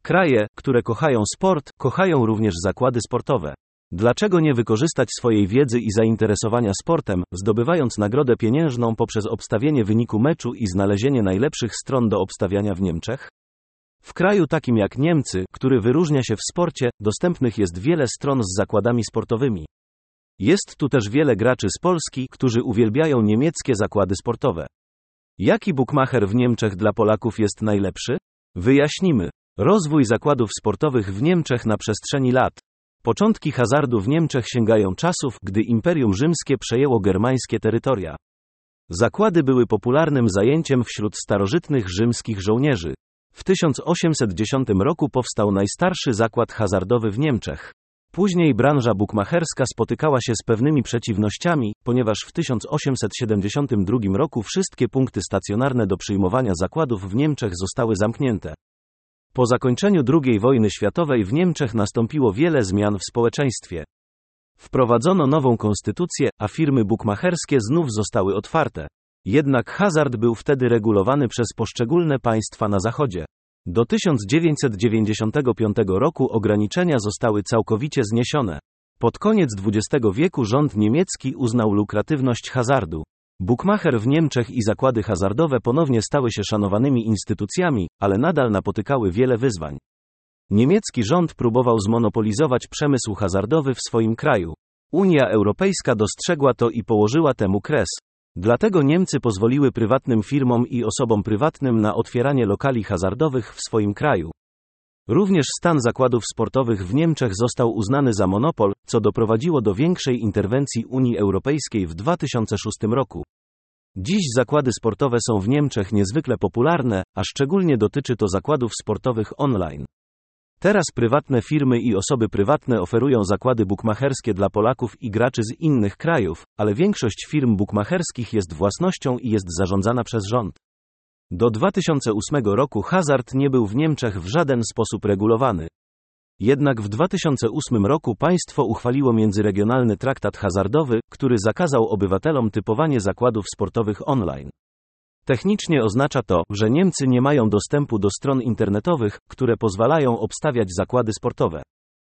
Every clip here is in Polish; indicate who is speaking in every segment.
Speaker 1: Kraje, które kochają sport, kochają również zakłady sportowe. Dlaczego nie wykorzystać swojej wiedzy i zainteresowania sportem, zdobywając nagrodę pieniężną poprzez obstawienie wyniku meczu i znalezienie najlepszych stron do obstawiania w Niemczech? W kraju takim jak Niemcy, który wyróżnia się w sporcie, dostępnych jest wiele stron z zakładami sportowymi. Jest tu też wiele graczy z Polski, którzy uwielbiają niemieckie zakłady sportowe. Jaki bukmacher w Niemczech dla Polaków jest najlepszy? Wyjaśnimy. Rozwój zakładów sportowych w Niemczech na przestrzeni lat. Początki hazardu w Niemczech sięgają czasów, gdy Imperium Rzymskie przejęło germańskie terytoria. Zakłady były popularnym zajęciem wśród starożytnych rzymskich żołnierzy. W 1810 roku powstał najstarszy zakład hazardowy w Niemczech. Później branża bukmacherska spotykała się z pewnymi przeciwnościami, ponieważ w 1872 roku wszystkie punkty stacjonarne do przyjmowania zakładów w Niemczech zostały zamknięte. Po zakończeniu II wojny światowej w Niemczech nastąpiło wiele zmian w społeczeństwie. Wprowadzono nową konstytucję, a firmy bukmacherskie znów zostały otwarte. Jednak hazard był wtedy regulowany przez poszczególne państwa na Zachodzie. Do 1995 roku ograniczenia zostały całkowicie zniesione. Pod koniec XX wieku rząd niemiecki uznał lukratywność hazardu. Bukmacher w Niemczech i zakłady hazardowe ponownie stały się szanowanymi instytucjami, ale nadal napotykały wiele wyzwań. Niemiecki rząd próbował zmonopolizować przemysł hazardowy w swoim kraju. Unia Europejska dostrzegła to i położyła temu kres. Dlatego Niemcy pozwoliły prywatnym firmom i osobom prywatnym na otwieranie lokali hazardowych w swoim kraju. Również stan zakładów sportowych w Niemczech został uznany za monopol, co doprowadziło do większej interwencji Unii Europejskiej w 2006 roku. Dziś zakłady sportowe są w Niemczech niezwykle popularne, a szczególnie dotyczy to zakładów sportowych online. Teraz prywatne firmy i osoby prywatne oferują zakłady bukmacherskie dla Polaków i graczy z innych krajów, ale większość firm bukmacherskich jest własnością i jest zarządzana przez rząd. Do 2008 roku hazard nie był w Niemczech w żaden sposób regulowany. Jednak w 2008 roku państwo uchwaliło międzyregionalny traktat hazardowy, który zakazał obywatelom typowanie zakładów sportowych online. Technicznie oznacza to, że Niemcy nie mają dostępu do stron internetowych, które pozwalają obstawiać zakłady sportowe.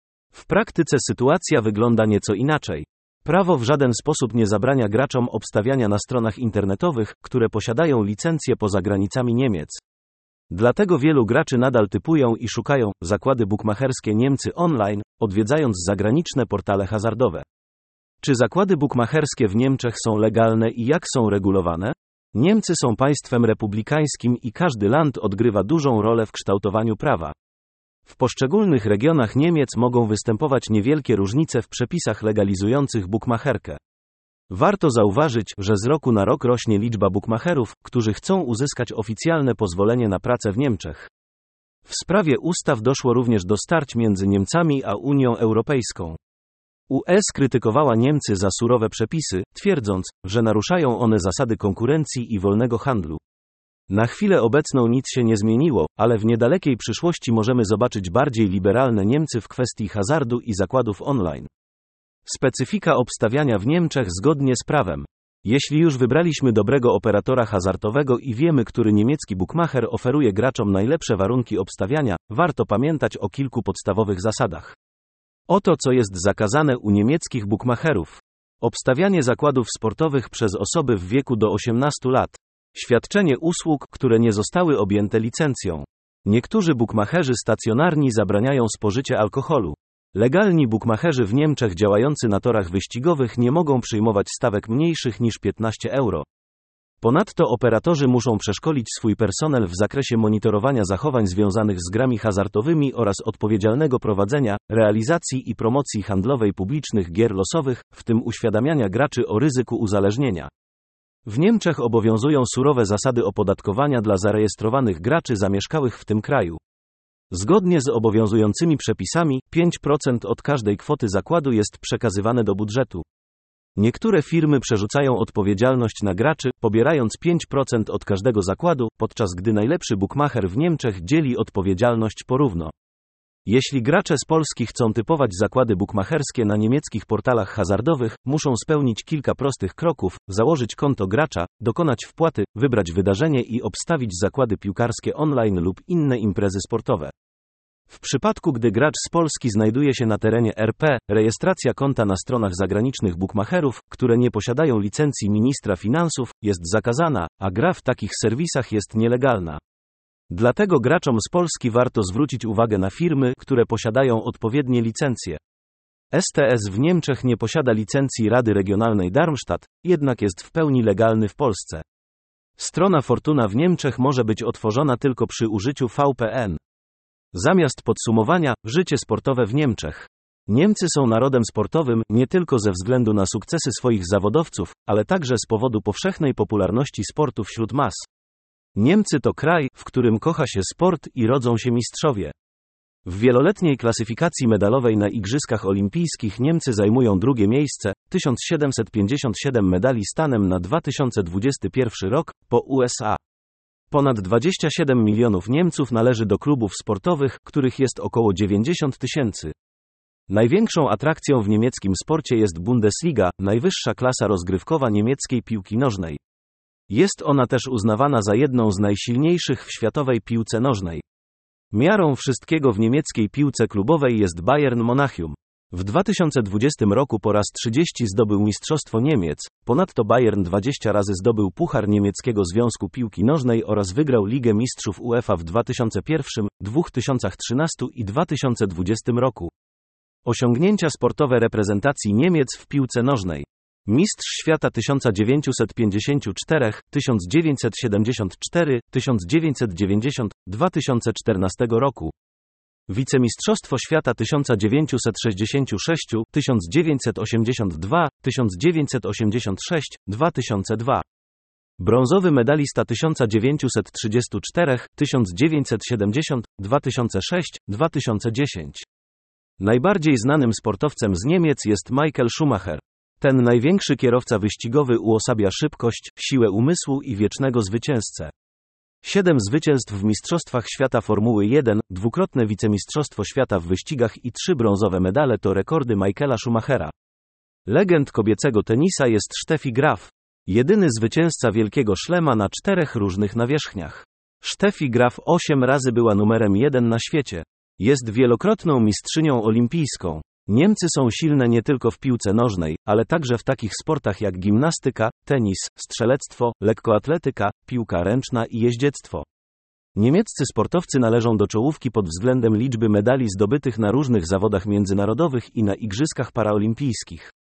Speaker 1: W praktyce sytuacja wygląda nieco inaczej. Prawo w żaden sposób nie zabrania graczom obstawiania na stronach internetowych, które posiadają licencje poza granicami Niemiec. Dlatego wielu graczy nadal typują i szukają zakłady bukmacherskie Niemcy online, odwiedzając zagraniczne portale hazardowe. Czy zakłady bukmacherskie w Niemczech są legalne i jak są regulowane? Niemcy są państwem republikańskim i każdy land odgrywa dużą rolę w kształtowaniu prawa. W poszczególnych regionach Niemiec mogą występować niewielkie różnice w przepisach legalizujących bukmacherkę. Warto zauważyć, że z roku na rok rośnie liczba bukmacherów, którzy chcą uzyskać oficjalne pozwolenie na pracę w Niemczech. W sprawie ustaw doszło również do starć między Niemcami a Unią Europejską. UE skrytykowała Niemcy za surowe przepisy, twierdząc, że naruszają one zasady konkurencji i wolnego handlu. Na chwilę obecną nic się nie zmieniło, ale w niedalekiej przyszłości możemy zobaczyć bardziej liberalne Niemcy w kwestii hazardu i zakładów online. Specyfika obstawiania w Niemczech zgodnie z prawem. Jeśli już wybraliśmy dobrego operatora hazardowego i wiemy, który niemiecki bukmacher oferuje graczom najlepsze warunki obstawiania, warto pamiętać o kilku podstawowych zasadach. Oto co jest zakazane u niemieckich bukmacherów. Obstawianie zakładów sportowych przez osoby w wieku do 18 lat. Świadczenie usług, które nie zostały objęte licencją. Niektórzy bukmacherzy stacjonarni zabraniają spożycia alkoholu. Legalni bukmacherzy w Niemczech działający na torach wyścigowych nie mogą przyjmować stawek mniejszych niż 15 euro. Ponadto operatorzy muszą przeszkolić swój personel w zakresie monitorowania zachowań związanych z grami hazardowymi oraz odpowiedzialnego prowadzenia, realizacji i promocji handlowej publicznych gier losowych, w tym uświadamiania graczy o ryzyku uzależnienia. W Niemczech obowiązują surowe zasady opodatkowania dla zarejestrowanych graczy zamieszkałych w tym kraju. Zgodnie z obowiązującymi przepisami, 5% od każdej kwoty zakładu jest przekazywane do budżetu. Niektóre firmy przerzucają odpowiedzialność na graczy, pobierając 5% od każdego zakładu, podczas gdy najlepszy bukmacher w Niemczech dzieli odpowiedzialność porówno. Jeśli gracze z Polski chcą typować zakłady bukmacherskie na niemieckich portalach hazardowych, muszą spełnić kilka prostych kroków: założyć konto gracza, dokonać wpłaty, wybrać wydarzenie i obstawić zakłady piłkarskie online lub inne imprezy sportowe. W przypadku gdy gracz z Polski znajduje się na terenie RP, rejestracja konta na stronach zagranicznych bookmacherów, które nie posiadają licencji ministra finansów, jest zakazana, a gra w takich serwisach jest nielegalna. Dlatego graczom z Polski warto zwrócić uwagę na firmy, które posiadają odpowiednie licencje. STS w Niemczech nie posiada licencji Rady Regionalnej Darmstadt, jednak jest w pełni legalny w Polsce. Strona Fortuna w Niemczech może być otworzona tylko przy użyciu VPN. Zamiast podsumowania, życie sportowe w Niemczech. Niemcy są narodem sportowym nie tylko ze względu na sukcesy swoich zawodowców, ale także z powodu powszechnej popularności sportu wśród mas. Niemcy to kraj, w którym kocha się sport i rodzą się mistrzowie. W wieloletniej klasyfikacji medalowej na Igrzyskach Olimpijskich Niemcy zajmują drugie miejsce, 1757 medali stanem na 2021 rok, po USA. Ponad 27 milionów Niemców należy do klubów sportowych, których jest około 90 000. Największą atrakcją w niemieckim sporcie jest Bundesliga, najwyższa klasa rozgrywkowa niemieckiej piłki nożnej. Jest ona też uznawana za jedną z najsilniejszych w światowej piłce nożnej. Miarą wszystkiego w niemieckiej piłce klubowej jest Bayern Monachium. W 2020 roku po raz 30 zdobył Mistrzostwo Niemiec, ponadto Bayern 20 razy zdobył Puchar Niemieckiego Związku Piłki Nożnej oraz wygrał Ligę Mistrzów UEFA w 2001, 2013 i 2020 roku. Osiągnięcia sportowe reprezentacji Niemiec w piłce nożnej. Mistrz świata 1954, 1974, 1990, 2014 roku. Wicemistrzostwo świata 1966, 1982, 1986, 2002. Brązowy medalista 1934, 1970, 2006, 2010. Najbardziej znanym sportowcem z Niemiec jest Michael Schumacher. Ten największy kierowca wyścigowy uosabia szybkość, siłę umysłu i wiecznego zwycięzcę. 7 zwycięstw w Mistrzostwach Świata Formuły 1, dwukrotne wicemistrzostwo świata w wyścigach i 3 brązowe medale to rekordy Michaela Schumachera. Legend kobiecego tenisa jest Steffi Graf. Jedyny zwycięzca Wielkiego Szlema na 4 różnych nawierzchniach. Steffi Graf 8 razy była numerem 1 na świecie. Jest wielokrotną mistrzynią olimpijską. Niemcy są silne nie tylko w piłce nożnej, ale także w takich sportach jak gimnastyka, tenis, strzelectwo, lekkoatletyka, piłka ręczna i jeździectwo. Niemieccy sportowcy należą do czołówki pod względem liczby medali zdobytych na różnych zawodach międzynarodowych i na Igrzyskach Paraolimpijskich.